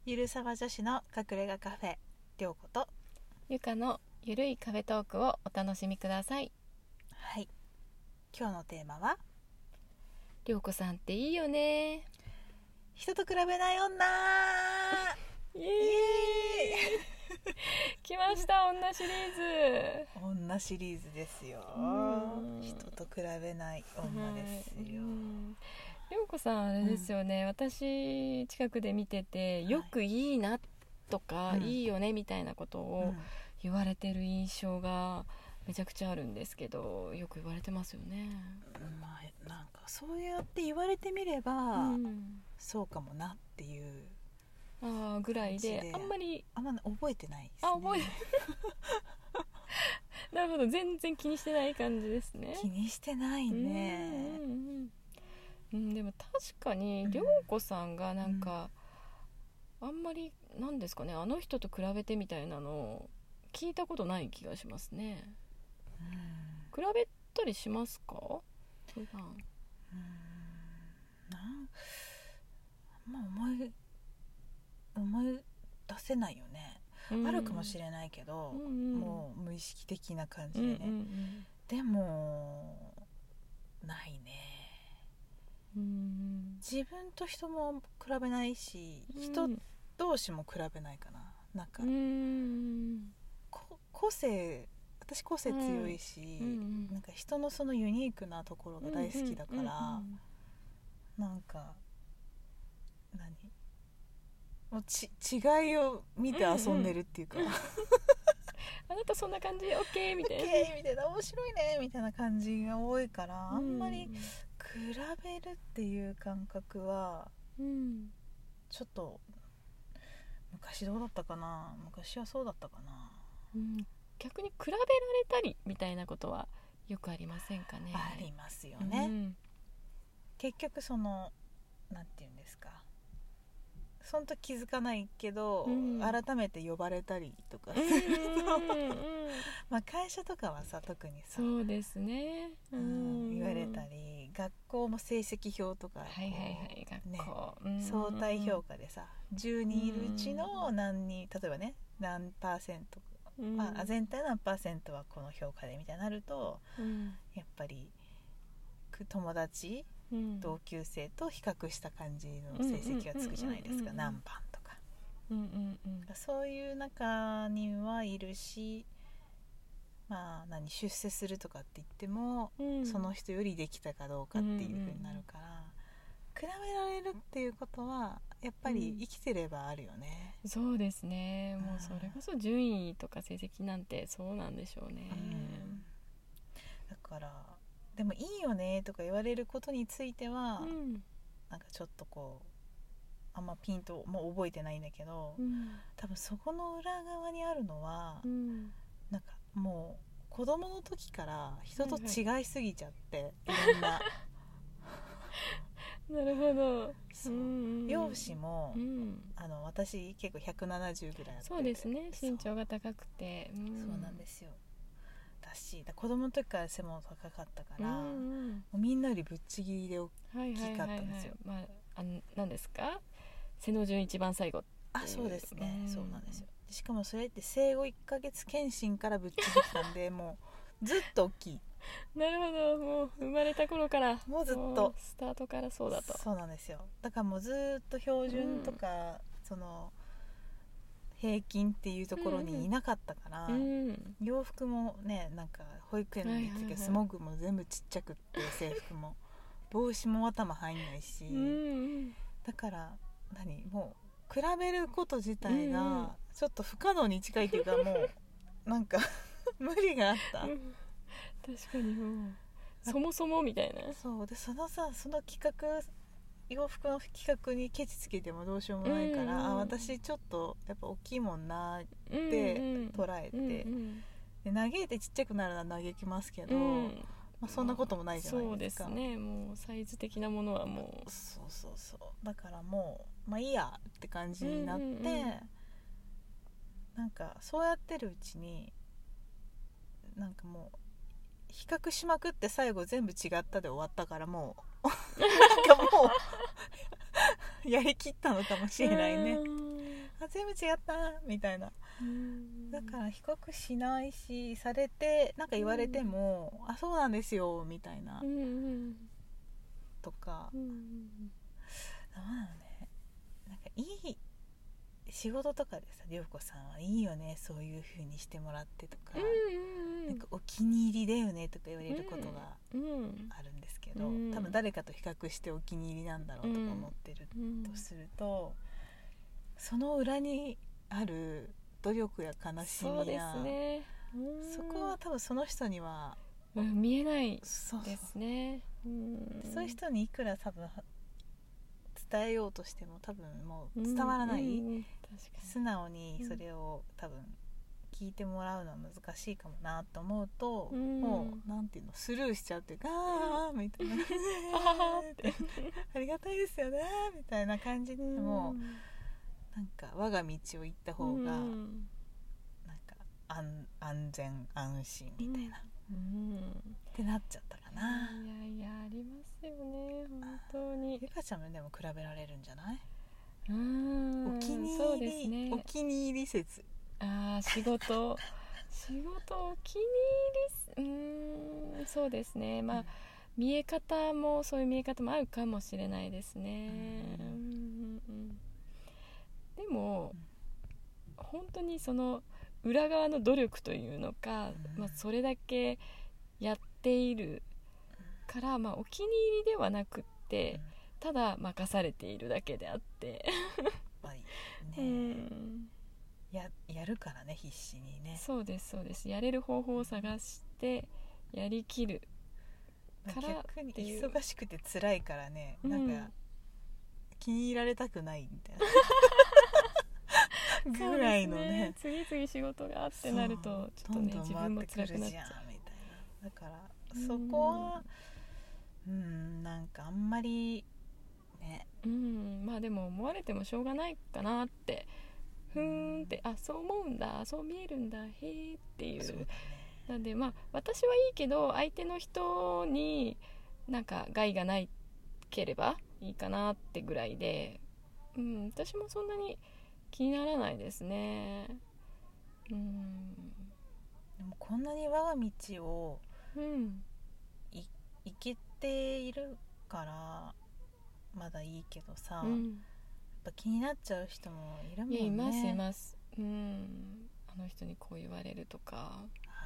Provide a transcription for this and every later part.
ゆるさわ女子の隠れ家カフェ、りょうことゆかのゆるいカフェトークをお楽しみください。 はい、今日のテーマはりょうこさんっていいよね。 人と比べない女イエーイ来ました女シリーズ。 女シリーズですよ。人と比べない女ですよ。 りょうこさんあれですよね、私近くで見ててよくいいなとか、いいよねみたいなことを言われてる印象がめちゃくちゃあるんですけど、よく言われてますよね。 まあ、なんかそうやって言われてみれば、そうかもなっていうぐらいであんま覚えてないですね。 覚えなるほど、全然気にしてない感じですね。 気にしてないね。 でも確かにりょうこさんがなんか、あんまりなんですかね、あの人と比べてみたいなのを聞いたことない気がしますね。比べたりしますか普段？ まあ思い出せないよね。あるかもしれないけど、もう無意識的な感じでね、でもないね。自分と人も比べないし、人同士も比べないかな。なんか私個性強いし、なんか人のそのユニークなところが大好きだから、なんかもう違いを見て遊んでるっていうか、 あなたそんな感じ OK みたいな、 みたいな、面白いねみたいな感じが多いから、あんまり比べるっていう感覚はちょっと昔どうだったかな。昔はそうだったかな。 逆に比べられたりみたいなことはよくありませんかね。 ありますよね。結局そのなんていうんですか、その時気づかないけど、改めて呼ばれたりとかすると、まあ会社とかはさ特にさ、 そうですね、 言われたり、学校も成績表とか、 学校、 相対評価でさ、10人いるうちの何人、例えばね何パーセント、全体の何パーセントはこの評価でみたいになると、やっぱり友達、同級生と比較した感じの成績がつくじゃないですか。何番とか、そういう中にはいるし、まあ出世するとかって言っても、その人よりできたかどうかっていう風になるから、比べられるっていうことはやっぱり生きてればあるよね。 そうですね。もうそれこそ順位とか成績なんてそうなんでしょうね。 だからでもいいよねとか言われることについては、なんかちょっとこうあんまピンともう覚えてないんだけど、多分そこの裏側にあるのは、なんかもう子供の時から人と違いすぎちゃって、いろんななるほど。 容姿も、私結構170ぐらいあって、 そうですね、身長が高くて、 そうなんですよ。だし子供の時から背も高かったから、もうみんなよりぶっちぎりで大きかったんですよ。 何ですか、背の順一番最後。 そうですね、そうなんですよ。しかもそれって生後1ヶ月検診からぶっちぎったんでもうずっと大きい。 なるほど、もう生まれた頃からもうずっとスタートからそうだと。 そうなんですよ。だからもうずっと標準とか、その平均っていうところにいなかったから、洋服もね、なんか保育園の時はスモグも全部ちっちゃくって、制服も帽子も頭入んないし、だからもう比べること自体がちょっと不可能に近いっていうか、もうなんか無理があった。 確かにもうそもそもみたいな。 そうで、その企画、洋服の企画にケチつけてもどうしようもないから、私ちょっとやっぱ大きいもんなって捉えて、で嘆いてちっちゃくなるのは嘆きますけど、そんなこともないじゃないですか。 そうですね、もうサイズ的なものはもうそうだからもういいやって感じになって、なんかそうやってるうちになんかもう比較しまくって最後全部違ったで終わったから、もうなんかもうやりきったのかもしれないね。 全部違ったみたいな、だから比較しないし、されてなんか言われても、あ、そうなんですよみたいな、とか、なんだろうね、なんかいい仕事とかでさ、涼子さんはいいよねそういう風にしてもらってとか、なんかお気に入りだよねとか言われることがあるんですけど、多分誰かと比較してお気に入りなんだろうとか思ってるとすると、その裏にある努力や悲しみや、 そうですね、 そこは多分その人には、 見えないですね。 そういう人にいくら多分伝えようとしても多分もう伝わらない、素直にそれを多分聞いてもらうのは難しいかもなと思うと、もうなんていうの、スルーしちゃうっていうか、みたいなありがたいですよねみたいな感じで、もうなんか我が道を行った方がなんか安全安心みたいな、ってなっちゃったかな。 いやありますよね、本当に。 ゆかちゃんもでも比べられるんじゃない？ お気に入り、ね、お気に入り説。 仕事お気に入り、そうですね、まあ、見え方もそういう見え方もあるかもしれないですね。でも、本当にその裏側の努力というのか、それだけやっているから、お気に入りではなくって、ただ任されているだけであってやるからね、必死にね。 そうですそうです、やれる方法を探してやりきるから逆に忙しくて辛いからね、なんか気に入られたくないみたいなぐらいのね、 次々仕事があってなるとちょっとね、自分も辛くなっちゃうみたいな。だからそこはなんかあんまりね、 でも思われてもしょうがないかなって、ふーんって、そう思うんだ、そう見えるんだ、へーっていう。なんで私はいいけど、相手の人になんか害がないければいいかなってぐらいで、私もそんなに気にならないですね。 でもこんなに我が道を行けているからまだいいけどさ、やっぱ気になっちゃう人もいるもんね。 います、あの人にこう言われるとか、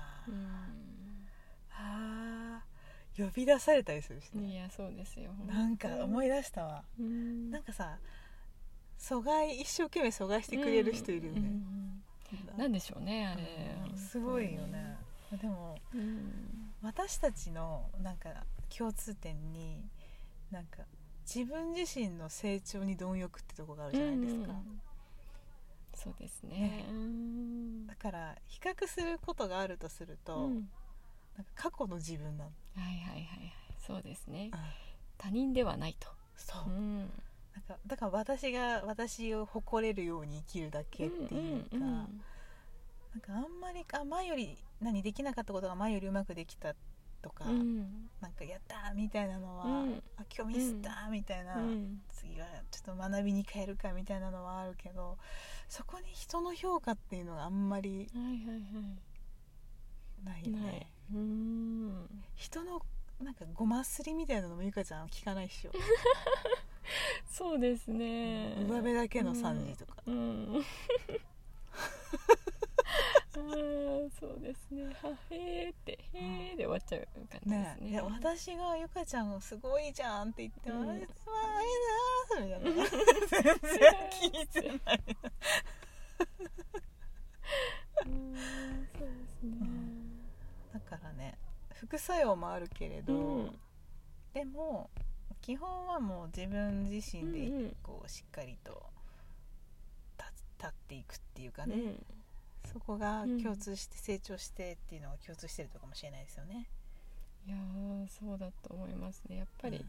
呼び出されたりするしね。 いや、そうですよ。 なんか思い出したわ、なんかさ、一生懸命阻害してくれる人いるよね、 なんでしょうね、あれ、 すごいよね。でも、私たちのなんか共通点に、なんか自分自身の成長に貪欲ってとこがあるじゃないですか。 そうですね。 だから比較することがあるとすると、なんか過去の自分なの。 そうですね、他人ではないと。 そう、だから私が私を誇れるように生きるだけっていうか、なんかあんまり前よりできなかったことが前よりうまくできたとか、なんかやったみたいなのは、今日ミスったみたいな、次はちょっと学びに変えるかみたいなのはあるけど、そこに人の評価っていうのがあんまりないよね。人のなんかごますりみたいなのもゆかちゃん聞かないっしょ。 そうですね、 上辺だけの賛辞とか、 そうですね、へーってへーで終わっちゃう感じですね。 いや、私がゆかちゃんすごいじゃんって言っても、あれだーみたいな、全然聞いてない。 そうですね、 だからね、副作用もあるけれど、でも基本はもう自分自身でこうしっかりと立っていくっていうかね、そこが共通して成長してっていうのが共通してるのかもしれないですよね。 いやそうだと思いますね。やっぱり、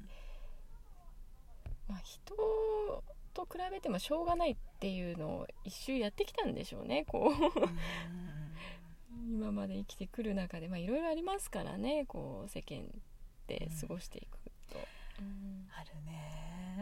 人と比べてもしょうがないっていうのを一周やってきたんでしょうね、こう今まで生きてくる中でいろいろありますからね、こう世間で過ごしていくと、 あるね。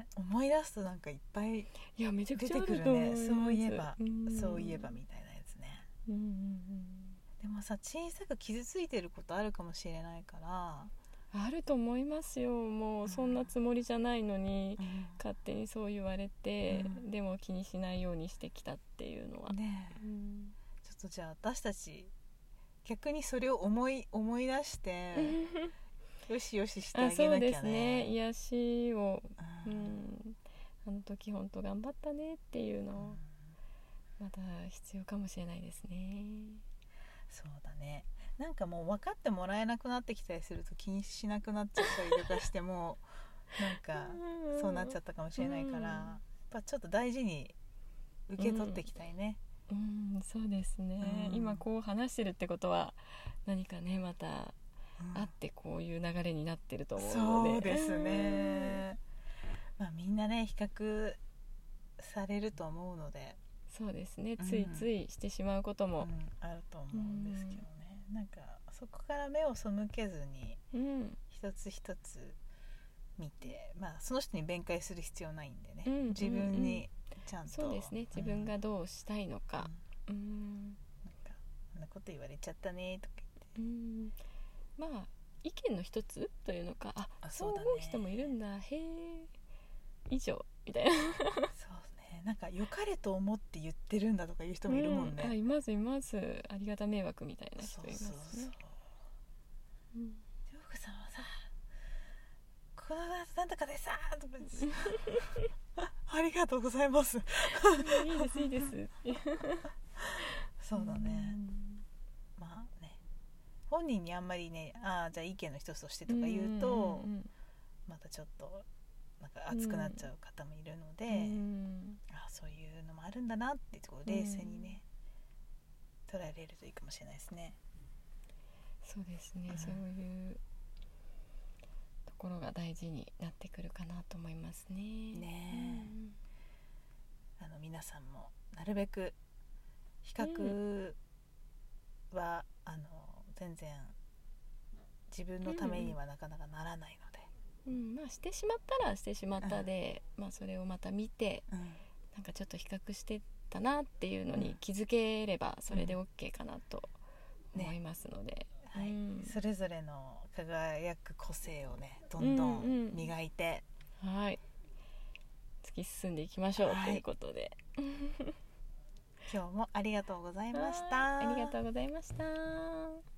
思い出すとなんかいっぱいいやめちゃく出ちゃあてくるね。 ると思います。 そういえば、 うんそういえばみたいなやつね。 うんうんうん、 でもさ、小さく傷ついてることあるかもしれないから、 あると思いますよ。もうそんなつもりじゃないのに、勝手にそう言われて、でも気にしないようにしてきたっていうのはねえ、ちょっとじゃあ私たち逆にそれを思い出してよしよししてあげなきゃね。 そうですね、癒しを、あの時本当頑張ったねっていうのをまた必要かもしれないですね。 そうだね。なんかもう分かってもらえなくなってきたりすると気にしなくなっちゃったりとかしてもなんかそうなっちゃったかもしれないから、やっぱちょっと大事に受け取っていきたいね。 そうですね、今こう話してるってことは何かねまたあってこういう流れになってると思うので、 そうですね、まあみんなね比較されると思うので、 そうですね、ついついしてしまうことも、 あると思うんですけどね、なんかそこから目を背けずに一つ一つ見て、まあその人に弁解する必要ないんでね、自分にちゃんと、 そうですね、自分がどうしたいのか、 なんかこんなこと言われちゃったねとか言って、 まあ意見の一つというのか、そう思う人もいるんだ、へえ以上みたいなそうね、なんか良かれと思って言ってるんだとかいう人もいるもんね、 いますいます。ありがた迷惑みたいな人いますね。 りょうこさんはさこのなんとかでさとかありがとうございますいいですいいですそうだね、まあね、本人にあんまりね、じゃあ意見の一つとしてとか言うと、またちょっとなんか熱くなっちゃう方もいるので、そういうのもあるんだなってこう冷静にね、捉えれるといいかもしれないですね。 そうですね、そういうところが大事になってくるかなと思いますね。 皆さんもなるべく比較は、全然自分のためにはなかなかならないので、 まあしてしまったらしてしまったで、まあそれをまた見て、なんかちょっと比較してたなっていうのに気づければそれで OK かなと思いますので、 それぞれの輝く個性をねどんどん磨いて、 突き進んでいきましょうということで今日もありがとうございました。 ありがとうございました。